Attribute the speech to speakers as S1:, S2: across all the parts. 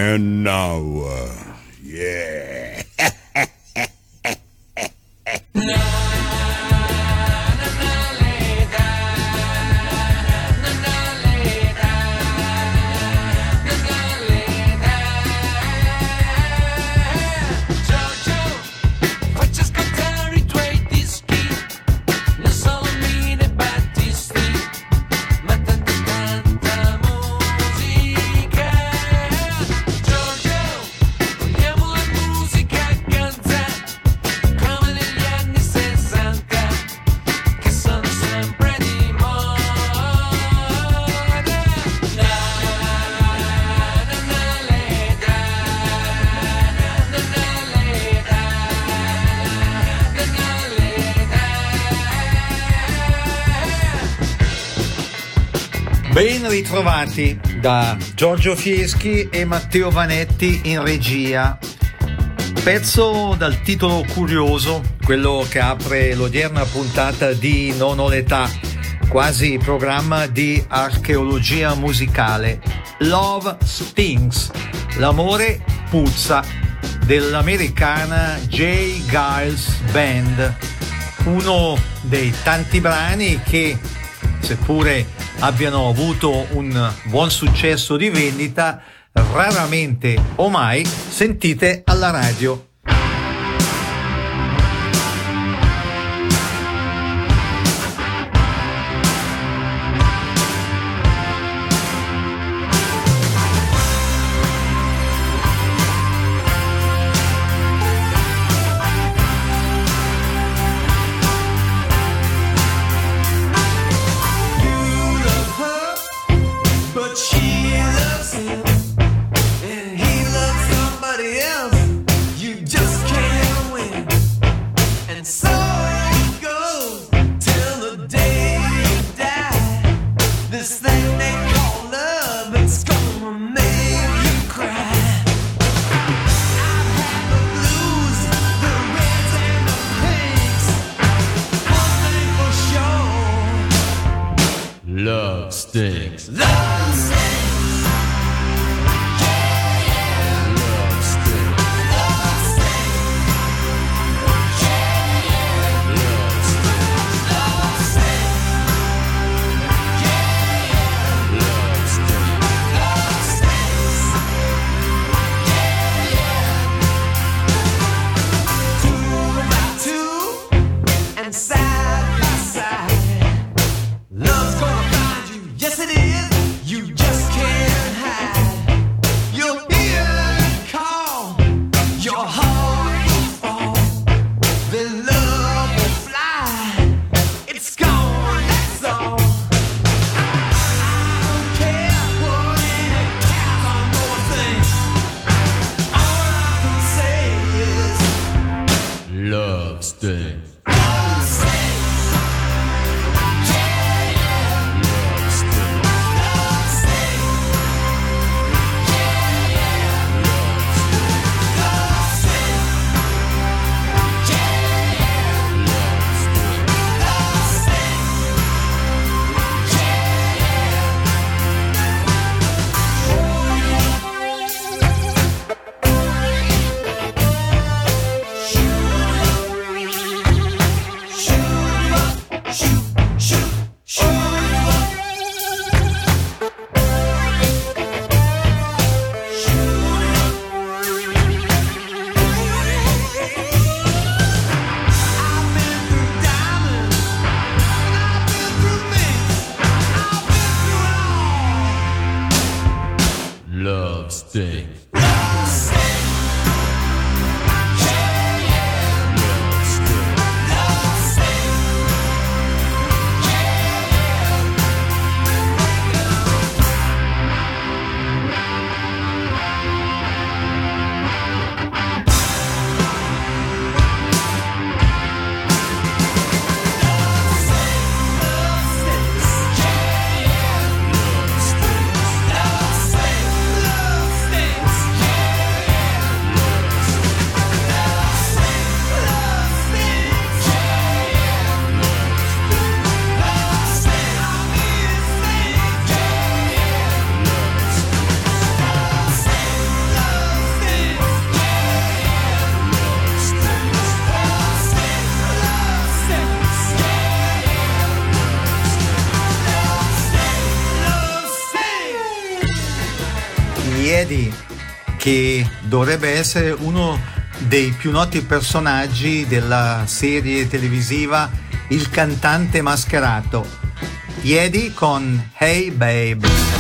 S1: And now, yeah.
S2: Ben ritrovati da Giorgio Fieschi e Matteo Vanetti in regia. Pezzo dal titolo curioso, quello che apre l'odierna puntata di Non ho l'età, quasi programma di archeologia musicale. Love Stinks, l'amore puzza, dell'americana J. Geils Band, uno dei tanti brani che, seppure abbiano avuto un buon successo di vendita, raramente o mai sentite alla radio.
S3: Love stinks. Love stinks.
S2: Eddie, che dovrebbe essere uno dei più noti personaggi della serie televisiva Il cantante mascherato. Eddie con Hey Babe.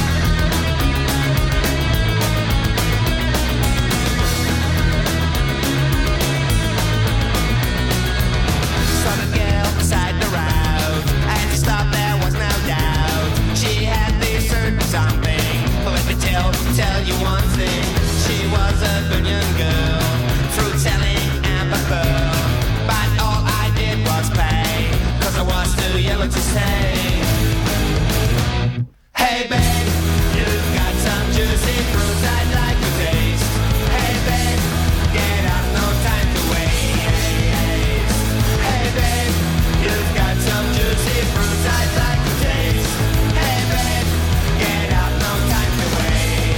S4: Tell you one thing, she was a brilliant girl, fruit selling and a pearl. But all I did was pay, 'cause I was too young to say, hey babe, you've got some juicy fruit I'd like to taste. Hey babe, get up, no time to waste. Hey babe, you've got some juicy fruit I'd like to taste. Hey babe, get up, no time to waste.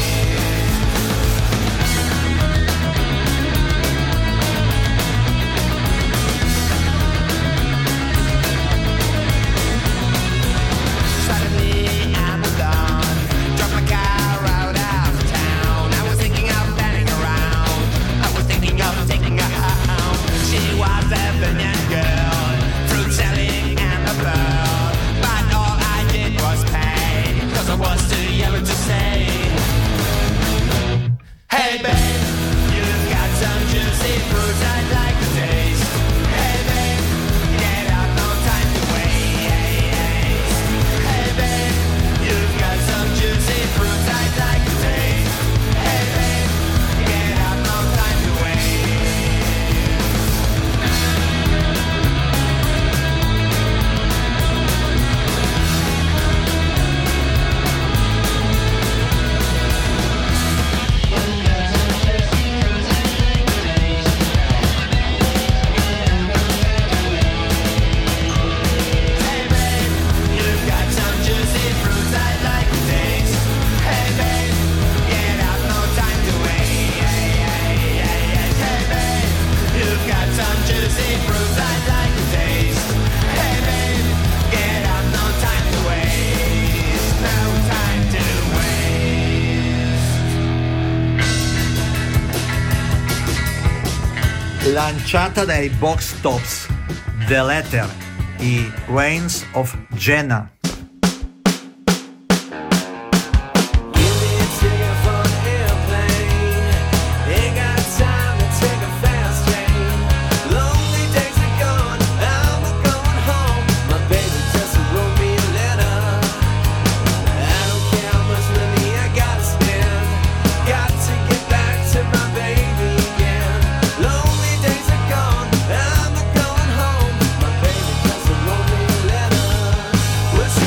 S2: Lanciata dai Box Tops, The Letter, i Reigns of Jenna.
S4: We're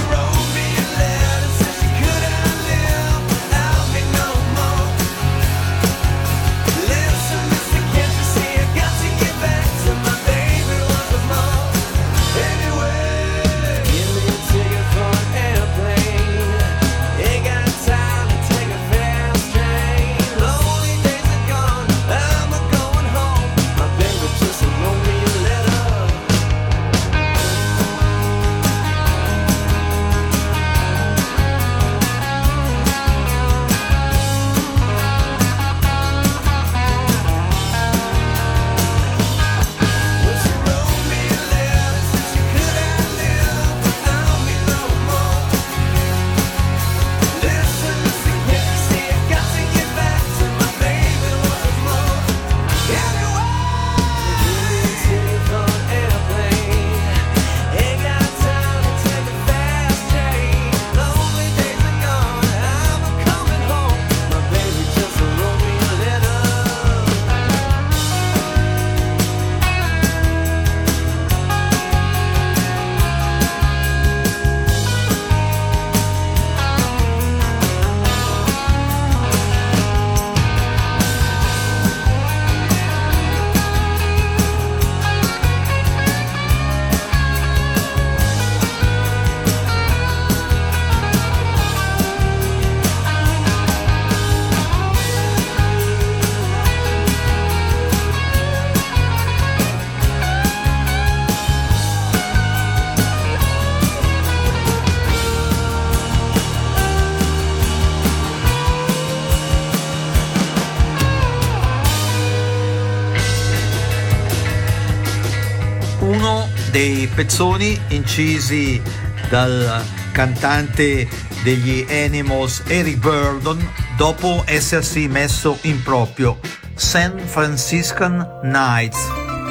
S2: uno dei pezzoni incisi dal cantante degli Animals Eric Burdon dopo essersi messo in proprio, San Franciscan Nights.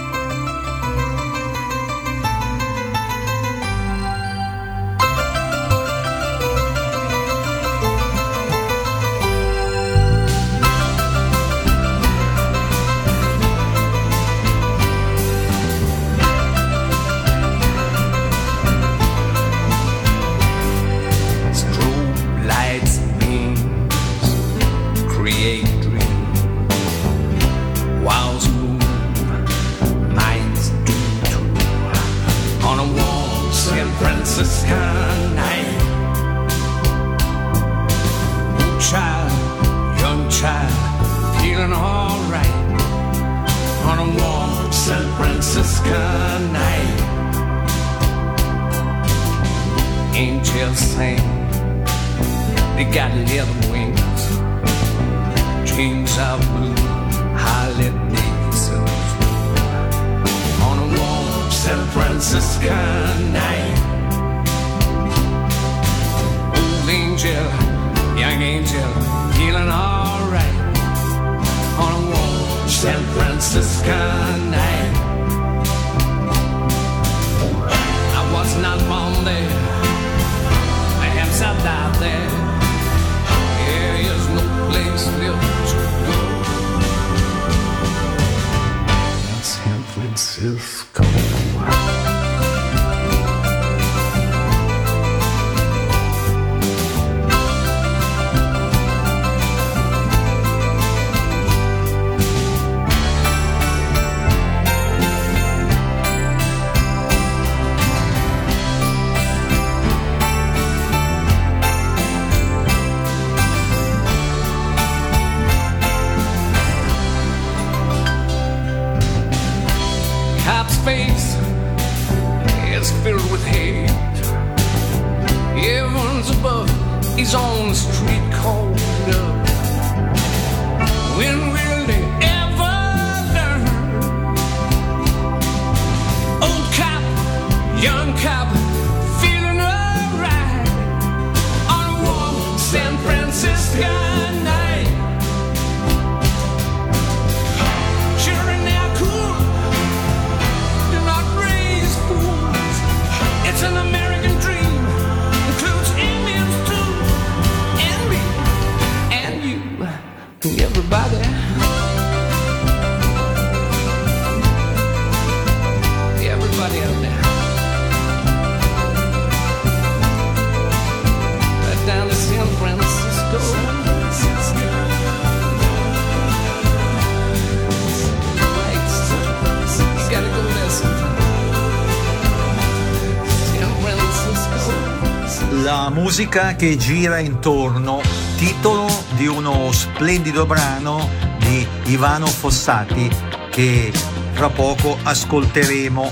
S2: La musica che gira intorno, titolo di uno splendido brano di Ivano Fossati che fra poco ascolteremo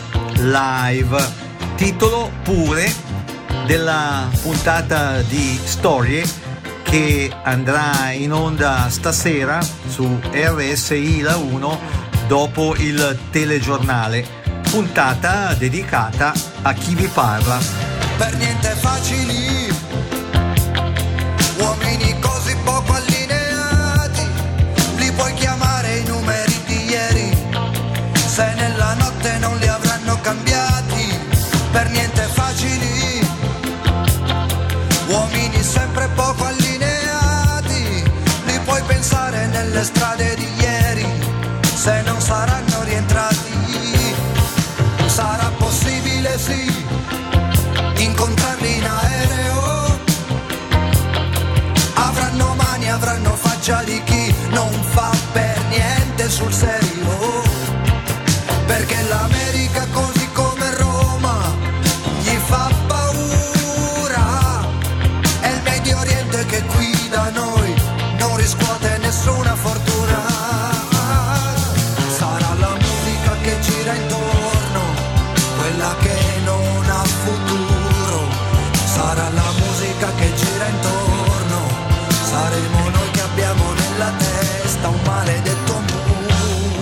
S2: live, titolo pure della puntata di Storie che andrà in onda stasera su RSI La 1 dopo il telegiornale, puntata dedicata a chi vi parla.
S5: Per niente facili, uomini così poco allineati, li puoi chiamare i numeri di ieri, se nella notte non li avranno cambiati. Per niente facili, uomini sempre poco allineati, li puoi pensare nelle strade di ieri, se non saranno rientrati. Sarà possibile sì incontrarli in aereo, avranno mani, avranno faccia di chi non fa per niente sul serio, perché l'America così come Roma gli fa paura, è il Medio Oriente che qui da noi non riscuote nessuna fortuna. Sarà la musica che gira intorno, quella che non ha futuro. Sarà la musica che gira intorno, saremo noi che abbiamo nella testa un maledetto muro.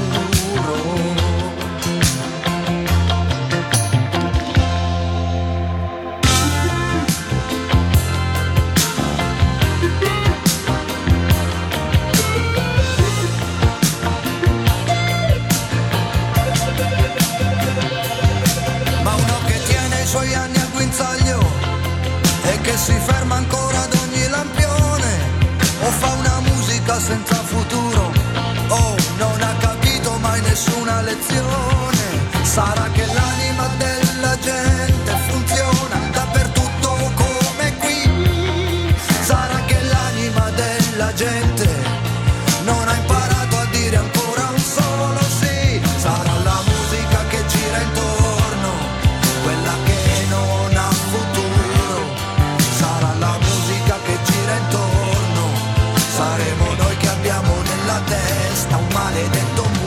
S5: Sarà che l'anima della gente funziona dappertutto come qui. Sarà che l'anima della gente non ha imparato a dire ancora un solo sì. Sarà la musica che gira intorno, quella che non ha futuro. Sarà la musica che gira intorno, saremo noi che abbiamo nella testa un maledetto muro.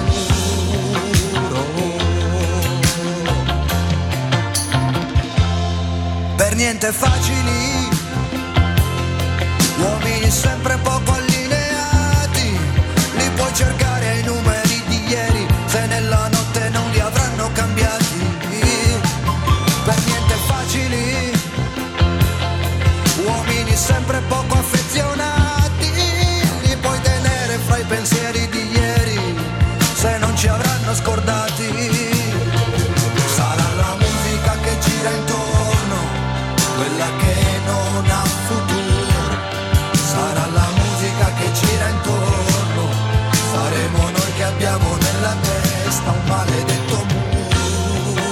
S5: Per niente facili, uomini sempre poco allineati, li puoi cercare ai numeri di ieri, se nella notte non li avranno cambiati. Per niente facili, uomini sempre poco affezionati, li puoi tenere fra i pensieri di ieri, se non ci avranno scordati. Sarà la musica che gira intorno, quella che non ha futuro. Sarà la musica che gira intorno, saremo noi che abbiamo nella testa un maledetto muro.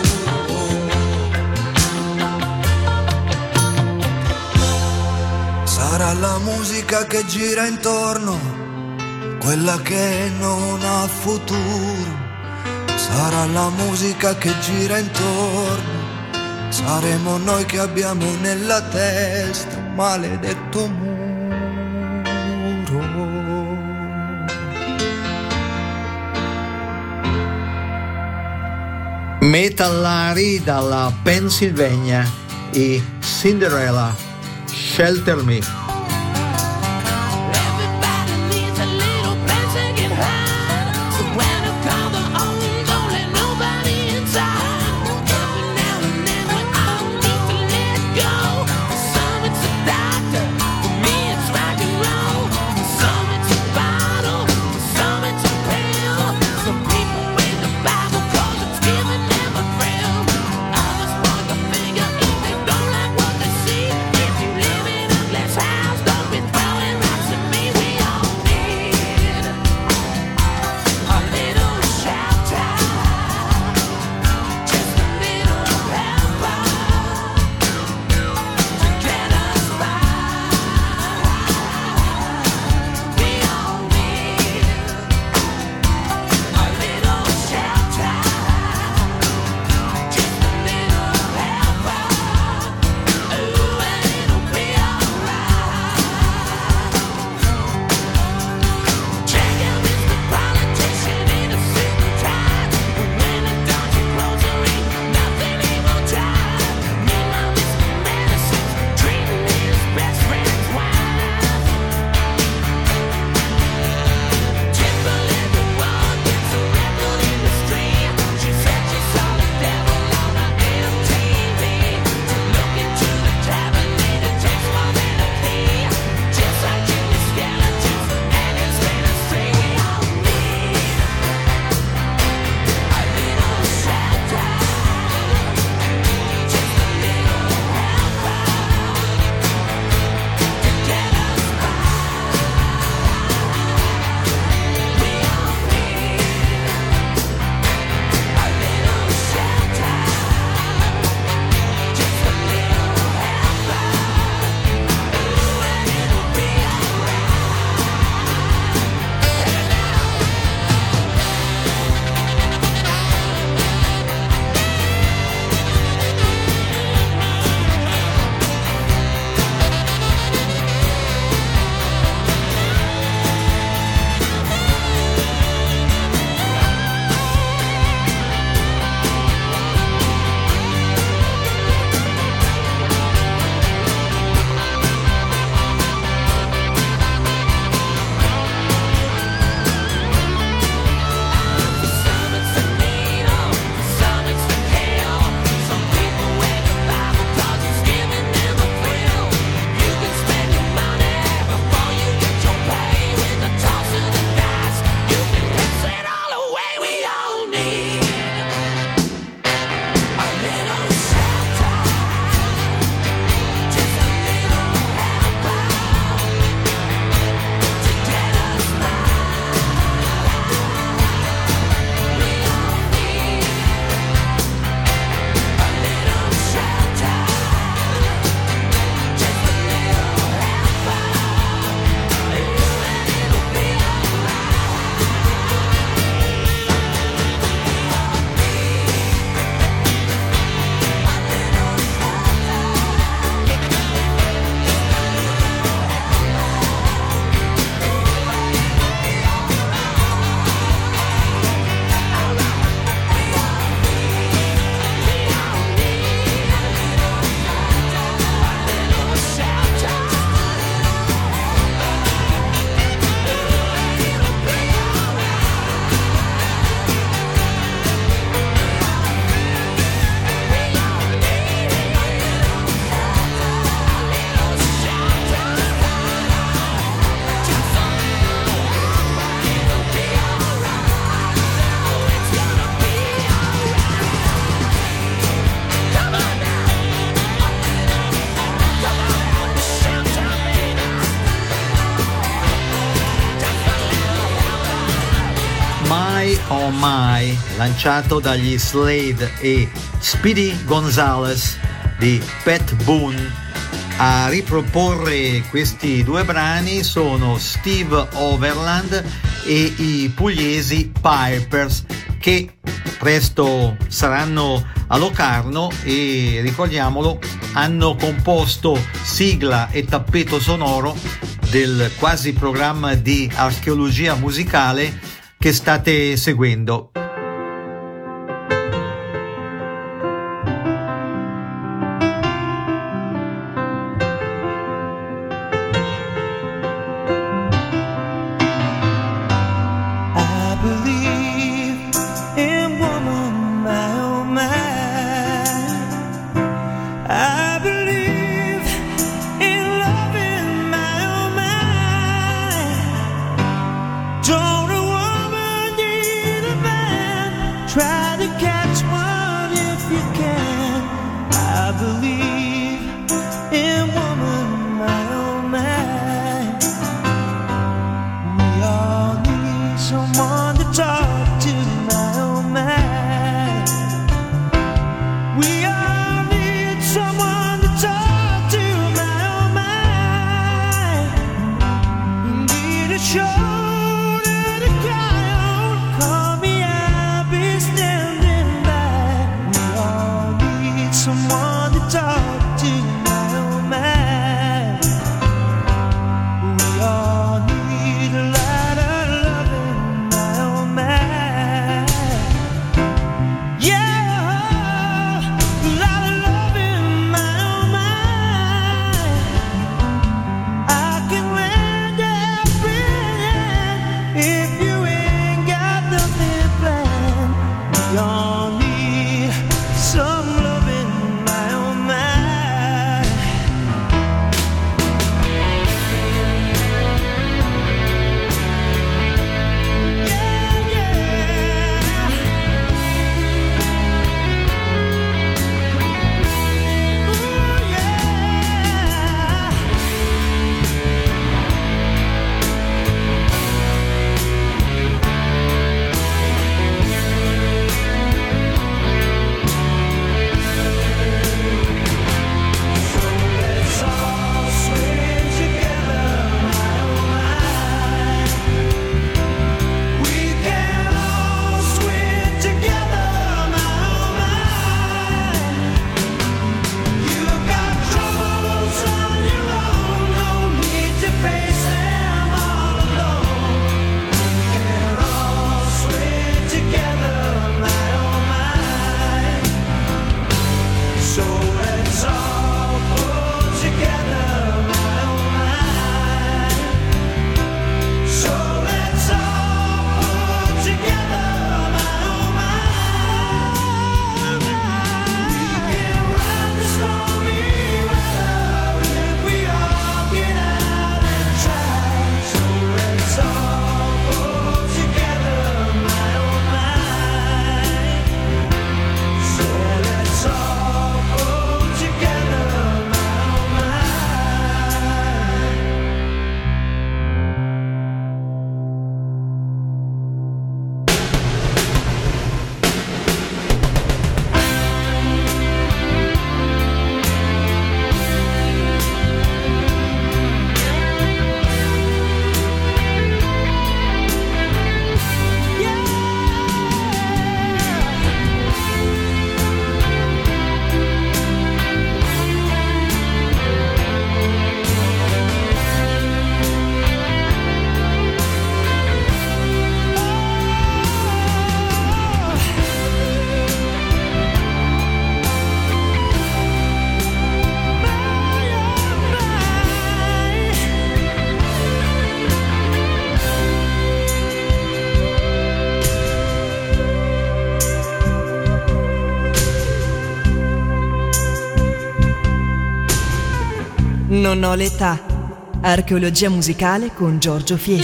S5: Sarà la musica che gira intorno, quella che non ha futuro. Sarà la musica che gira intorno, saremo noi che abbiamo nella testa un maledetto muro.
S2: Metallari dalla Pennsylvania, i Cinderella, Shelter Me.
S6: Everybody needs a little place they can hide. So when I call the home, don't let nobody inside. Every now and then when I need to let go. Some it's a doctor, for me it's rock and roll. Some it's a bottle, some it's a pill. Some people read the Bible 'cause it's giving them a thrill. Others point the finger if they don't like what they see. If you live in a glass house,
S2: On My, lanciato dagli Slade e Speedy Gonzales di Pat Boone. A riproporre questi due brani sono Steve Overland e i pugliesi Pipers, che presto saranno a Locarno e, ricordiamolo, hanno composto sigla e tappeto sonoro del quasi programma di archeologia musicale che state seguendo.
S7: Non ho l'età. Archeologia musicale con Giorgio Fieschi.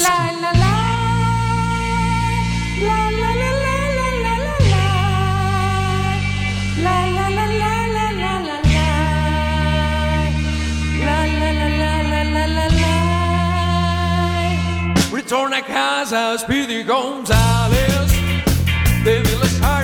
S3: Ritorna a casa, Speedy Gonzales.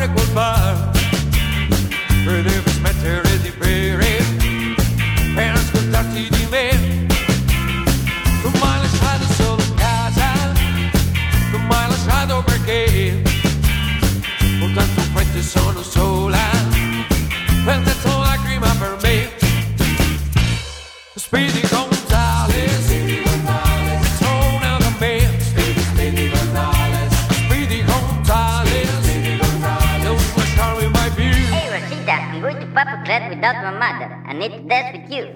S8: fare quel bar, devi smettere di bere per ascoltarti di me. Non m'hai lasciato solo in casa, non m'hai lasciato perché ho tanto freddo e sono sola, per detto lacrima per me. Speedy Gonzales, torna da me. Speedy Gonzales, don't lasciarmi mai più.
S9: Hey Rosita, I'm going to Papa Club without my mother. I need to dance with you.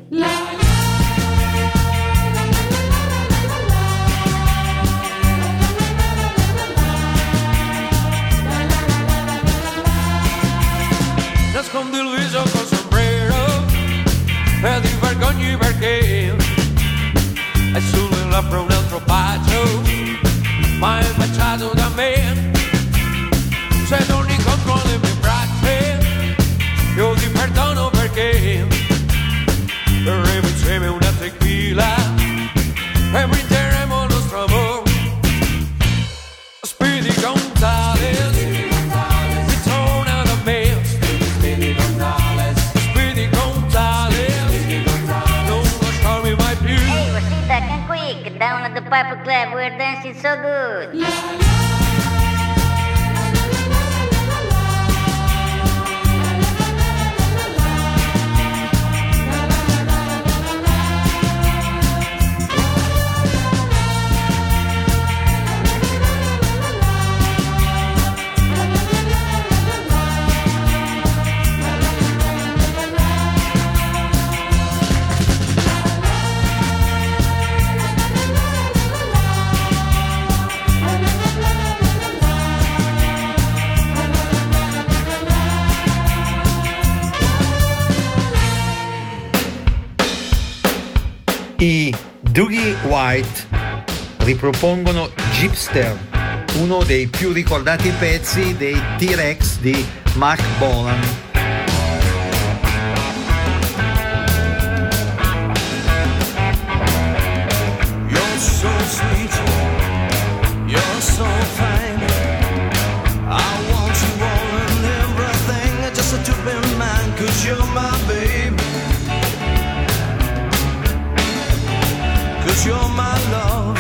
S8: Nascondi il viso col sombrero e ti vergogni perché è solo labbra un altro bacio, ma è baciato da me. Se torni contro le mie braccia io ti perdono perché berremo insieme una tequila e brinderemo il nostro amore. Speedy Gonzales, ritorna da me. Speedy Gonzales, don't lasciarmi mai più.
S9: Hey Rosita, come quick, down at the Papa Club, we're dancing so good.
S2: I Dougie White ripropongono Gypster, uno dei più ricordati pezzi dei T-Rex di Mark Bolan.
S5: You're so sweet, you're so fine. I want you all and everything, just to be mine, 'cause you're my baby, 'cause you're my love.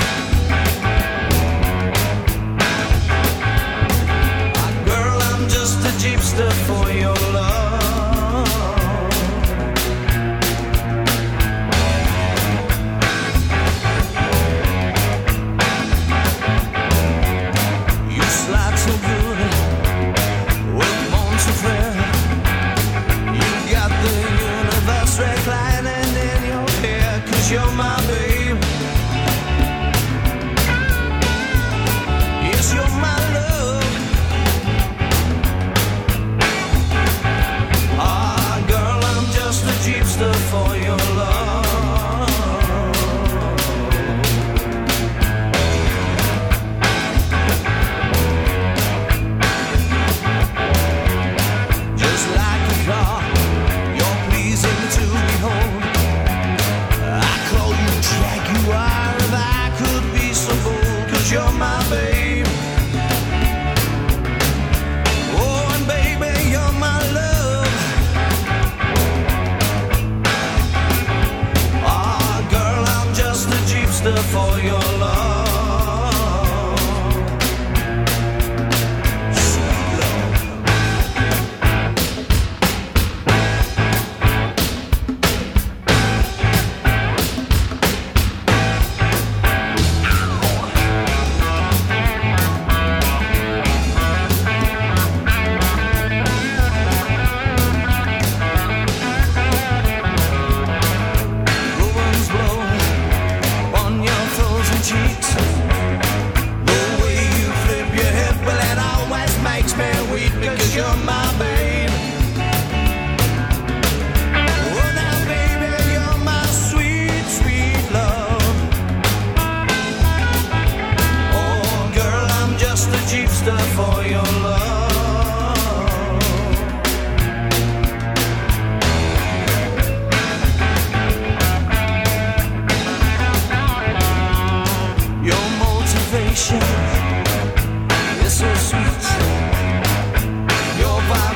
S5: Girl, I'm just a gypster for your love. You slide so good with bones of red. You got the universe reclining in your hair, 'cause you're my baby. Yes, you're my love.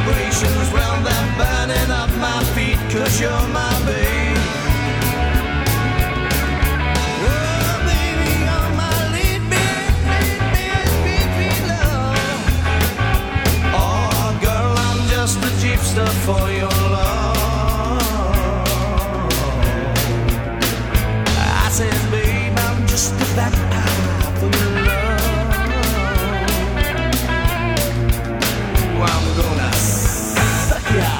S5: vibrations, well they're burning up my feet, 'cause you're my babe. Oh baby, you're my lead, beat, love. Oh girl, I'm just a jeepster for your love. I said babe, I'm just a back for your love. Well, I'm gonna suck ya.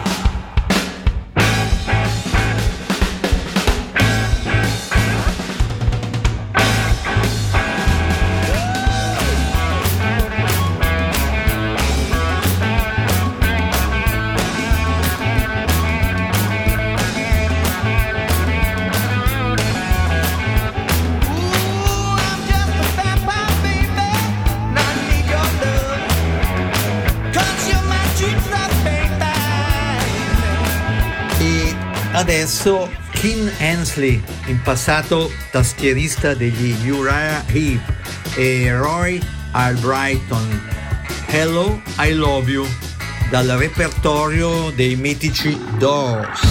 S2: Adesso Ken Hensley, in passato tastierista degli Uriah Heep, e Roy Albrighton, Hello, I Love You, dal repertorio dei mitici Doors.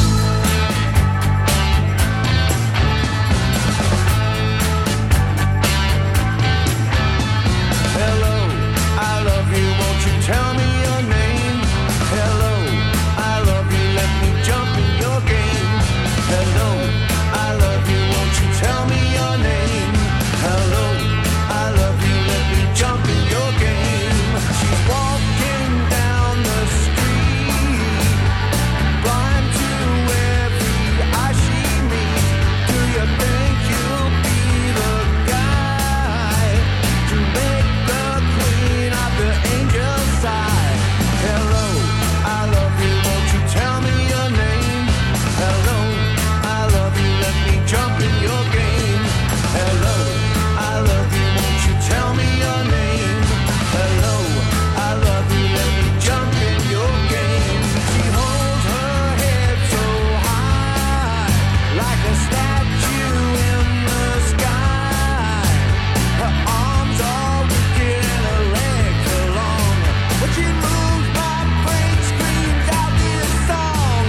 S5: Hello, I love you, won't you tell me your name? Hello, I love you, let me jump in your game. Hello, I love you, won't you tell me your name? Hello, I love you, let me jump in your game. She's walking down the street, blind to every eye she meets. Do you think you'll be the guy to make the queen of the angel side? Hello, I love you, won't you tell me your name? Hello, I love you, let me jump in your game. Hello, I love you, won't you tell me your name? Hello, I love you, let me jump in your game. She holds her head so high, like a statue in the sky. Her arms are wicked and her legs are long. When she moves, my brain screams out this song.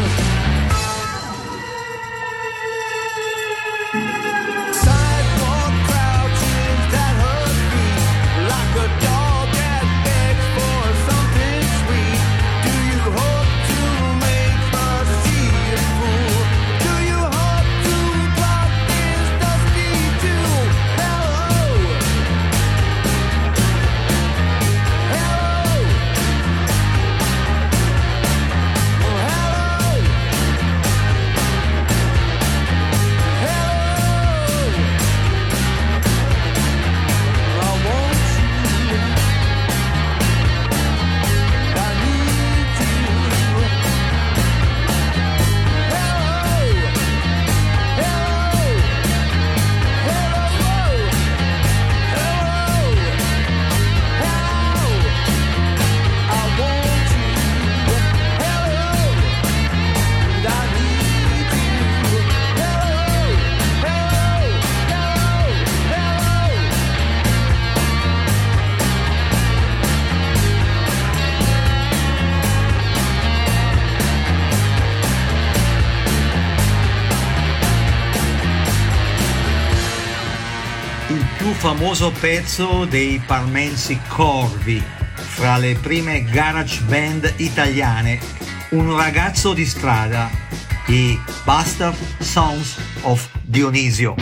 S5: Sidewalk crouches at her feet, like a dog that begs for something sweet. Do you hope to make her see it, fool? Do you hope to block this dusty tune? Hello, hello, oh hello, hello. I want you, I need you. Hello, hello, hello, hello, hello. I want you, hello, and I need you. Hello, hello, hello, hello.
S2: Il più famoso pezzo dei Parmensi Corvi, fra le prime garage band italiane, un ragazzo di strada, i Bastard Sons of Dionisio.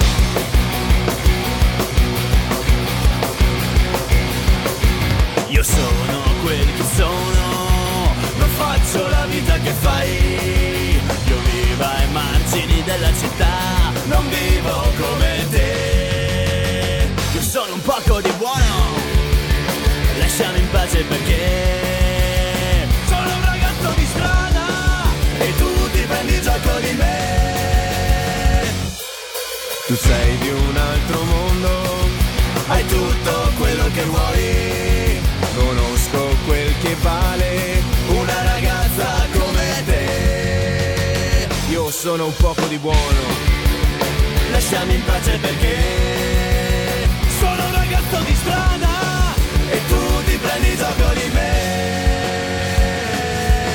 S5: Io sono quel che sono, non faccio la vita che fai. Io vivo ai margini della città, non vivo come te. Io sono un poco di buono, lasciami in pace perché sono un ragazzo di strada e tu ti prendi gioco di me. Tu sei di un altro mondo, hai tutto quello che vuoi. Conosco quel che vale una ragazza come te. Io sono un poco di buono, lasciami in pace perché sono un ragazzo di strada e tu ti prendi gioco di me.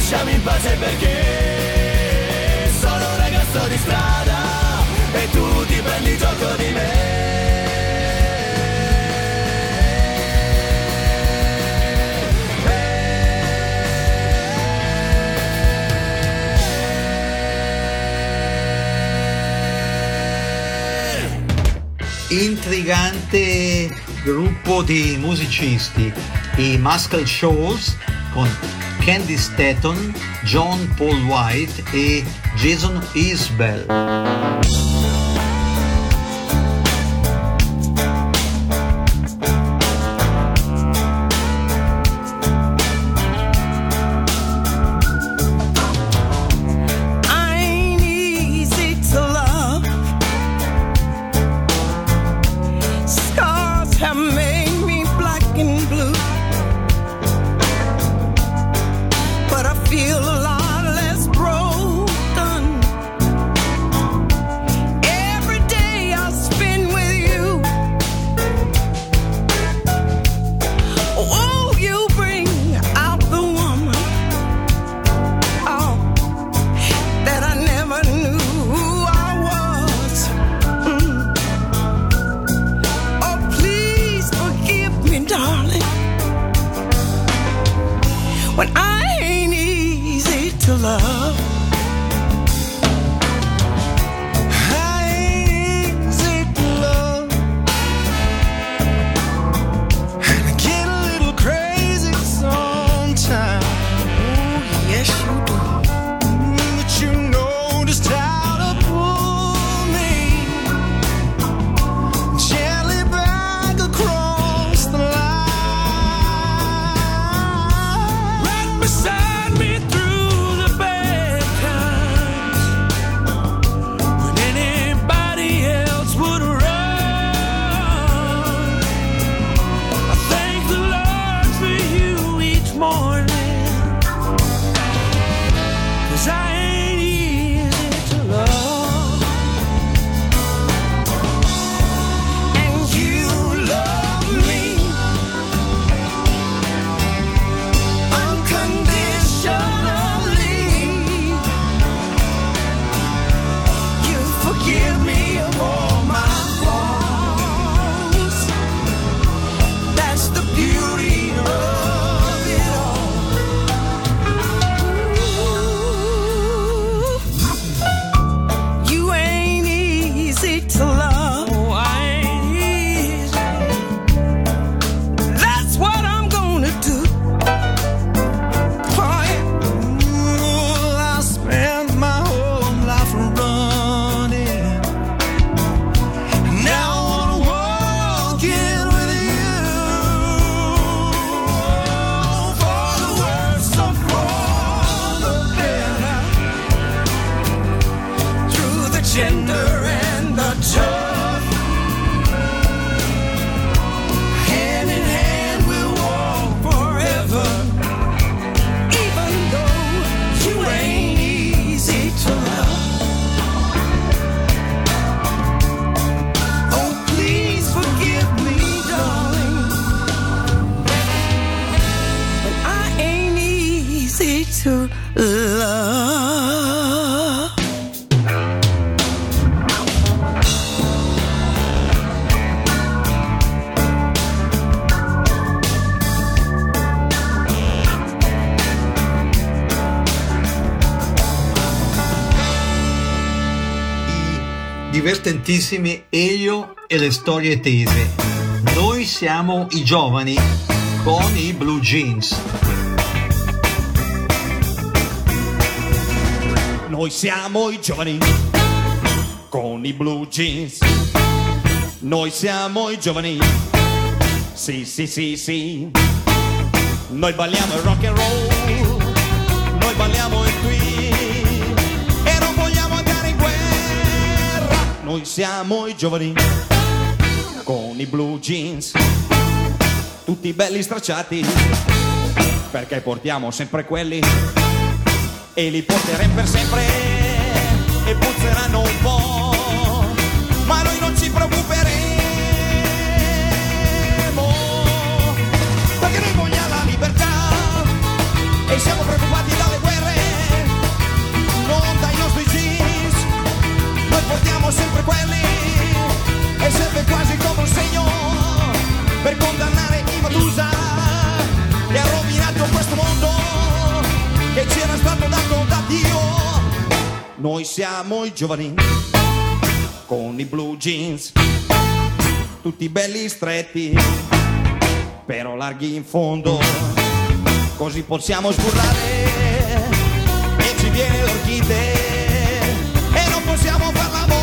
S4: lasciami in pace perché sono un ragazzo di strada e tu ti prendi gioco di me.
S2: Intrigante gruppo di musicisti, i Muscle Shoals con Candy Staton, John Paul White e Jason Isbell.
S6: To love.
S2: Divertentissimi Elio e le storie tese. Noi siamo i giovani con i Blue Jeans.
S10: Noi siamo i giovani con i Blue Jeans. Noi siamo i giovani. Sì, sì, sì, sì. Noi balliamo il rock and roll. Noi balliamo il twist. E non vogliamo andare in guerra. Noi siamo i giovani con i Blue Jeans. Tutti belli stracciati perché portiamo sempre quelli. E li porteremo per sempre e puzzeranno un po', ma noi non ci preoccuperemo, perché noi vogliamo la libertà e siamo preoccupati dalle guerre. Noi siamo i giovani con i blue jeans, tutti belli stretti, però larghi in fondo, così possiamo sburrare e ci viene l'orchite e non possiamo far l'amore.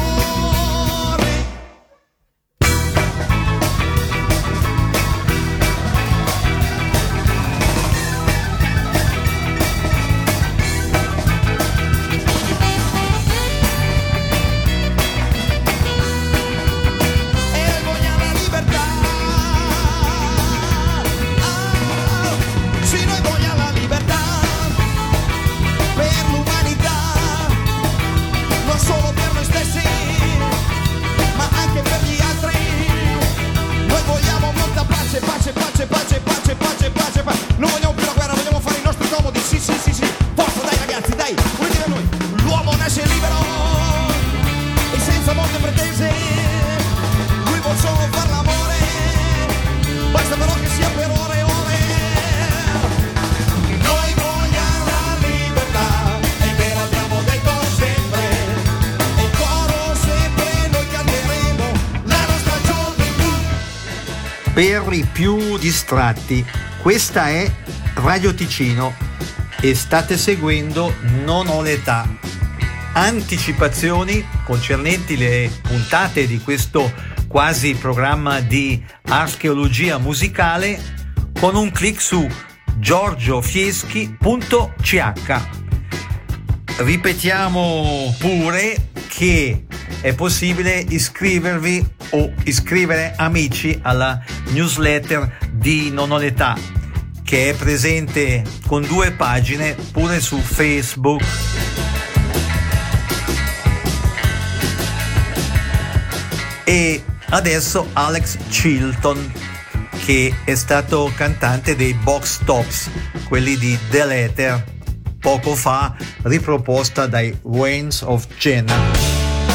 S10: Non vogliamo più la guerra, vogliamo fare i nostri comodi. Sì, forza, dai ragazzi, dai. Unite a noi. L'uomo nasce libero e senza molte pretese. Lui può solo far l'amore, basta però che sia per ore e ore. Noi vogliamo la libertà e ve l'abbiamo detto sempre. E coro sempre noi canteremo la nostra gioventù.
S2: Per i più distratti, questa è Radio Ticino e state seguendo Non ho l'età. Anticipazioni concernenti le puntate di questo quasi programma di archeologia musicale con un clic su giorgiofieschi.ch. Ripetiamo pure che è possibile iscrivervi o iscrivere amici alla newsletter di Non ho l'età, che è presente con 2 pagine pure su Facebook. E adesso Alex Chilton, che è stato cantante dei Box Tops, quelli di The Letter, poco fa riproposta dai Wains of Jena.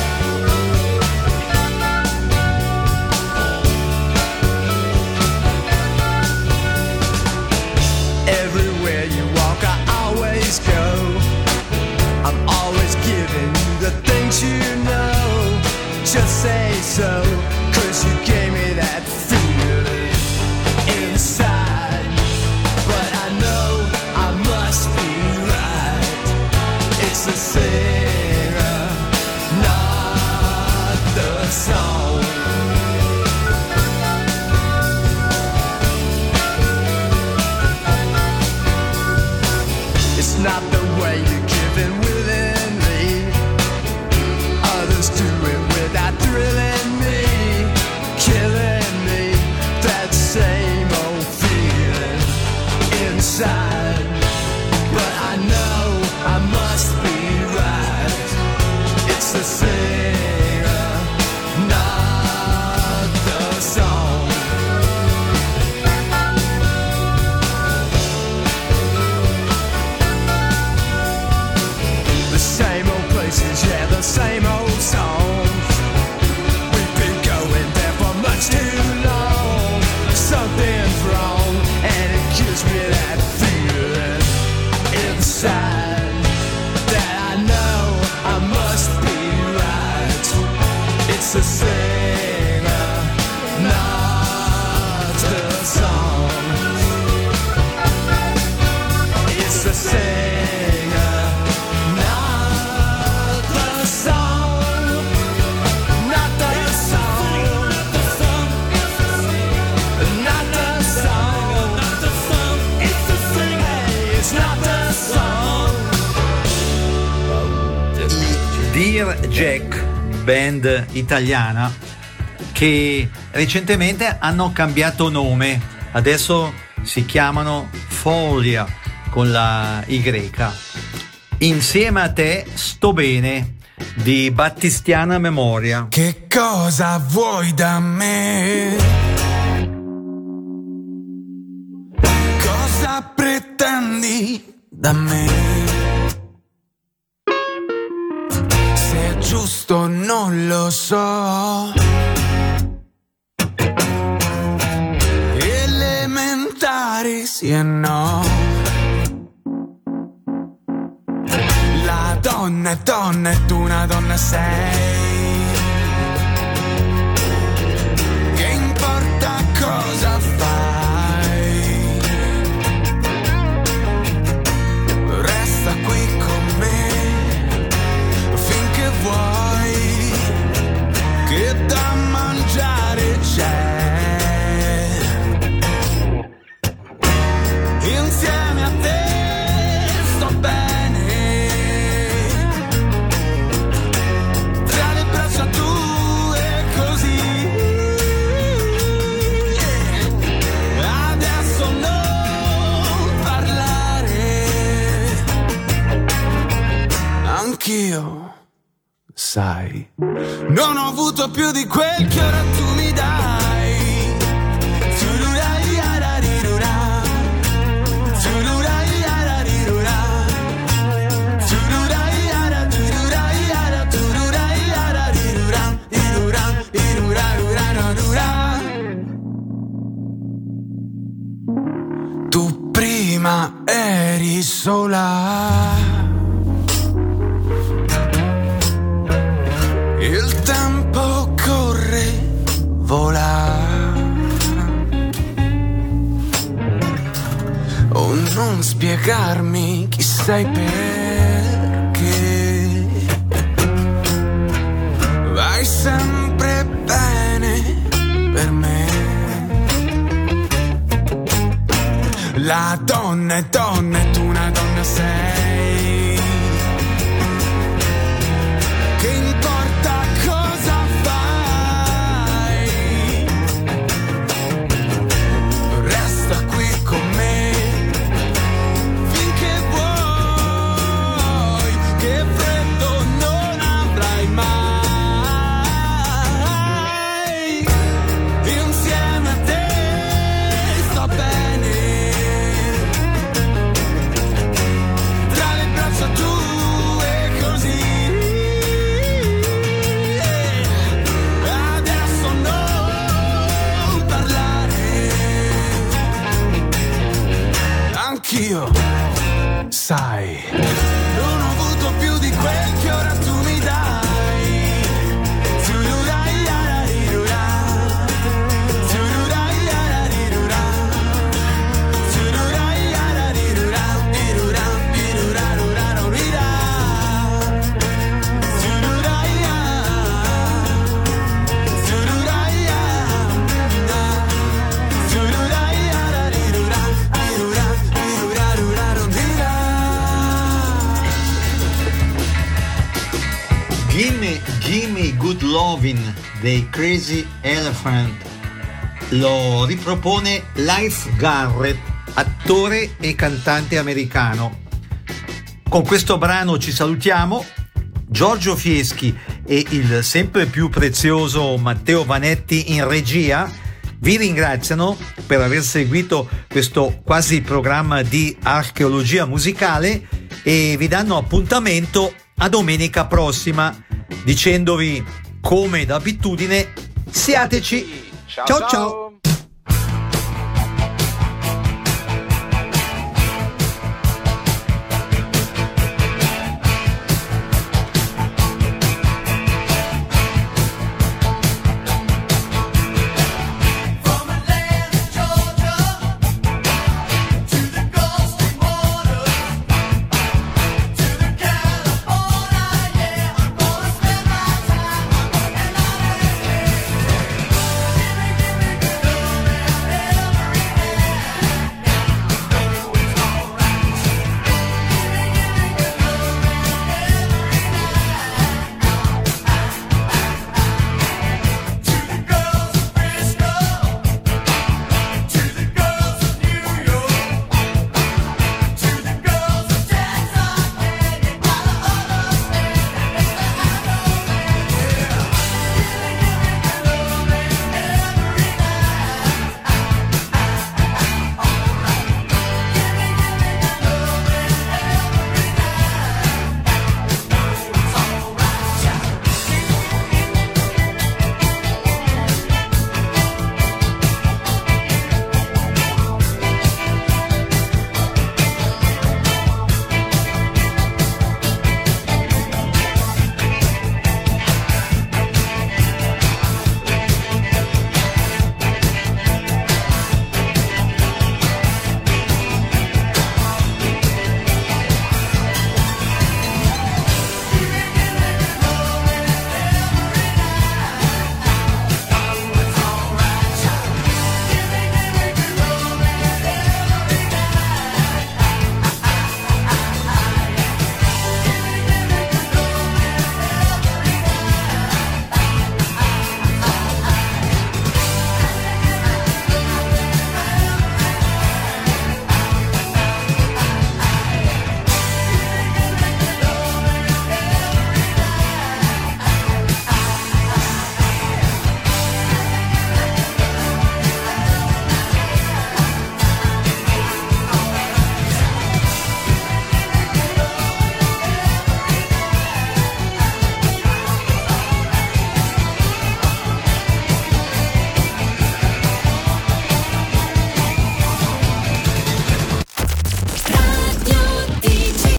S5: Just say so, 'cause you gave me that feeling inside. But I know I must be right. It's the singer, not the song. It's not the way you give it willingly. Others do it without thrilling me, killing me. That same old feeling inside. But I know I must be right. It's the singer, not the song. The same old places, yeah, the same old songs. We've been going there for much too long. Something's wrong, and it gives me that feeling inside that I know I must be right. It's the singer, not the song. It's the singer, not the song. Not the song. Not the song. It's the singer. It's not the song.
S2: Dear Jack, band italiana che recentemente hanno cambiato nome, adesso si chiamano Foglia con la Y. Insieme a te sto bene, di Battistiana Memoria.
S5: Che cosa vuoi da me? Cosa pretendi da me? Se è giusto non lo so. Elementari sì e no. La donna
S11: donna è donna e tu una donna sei. Che importa cosa fai, resta qui con me finché vuoi, che da mangiare c'è. Insieme a te sto bene, tra le braccia tue così. Adesso non parlare, anch'io, sai, non ho avuto più di quel che ora tu mi dai. Tu prima eri sola, il tempo corre, vola. Oh, non spiegarmi chi sei perché vai sempre bene per me. La donna è donna e tu una donna sei. Che importa cosa fai, resta qui con me finché vuoi, che freddo non avrai mai. Insieme a te sto bene, tra le braccia tue così. Adesso non parlare, anch'io, sai, non ho avuto più di quel che ora tu mi dai.
S2: Gimme Good Lovin' dei Crazy Elephant lo ripropone Life Garrett, attore e cantante americano. Con questo brano ci salutiamo. Giorgio Fieschi e il sempre più prezioso Matteo Vanetti in regia vi ringraziano per aver seguito questo quasi programma di archeologia musicale e vi danno appuntamento a domenica prossima, dicendovi come d'abitudine: siateci. Ciao ciao.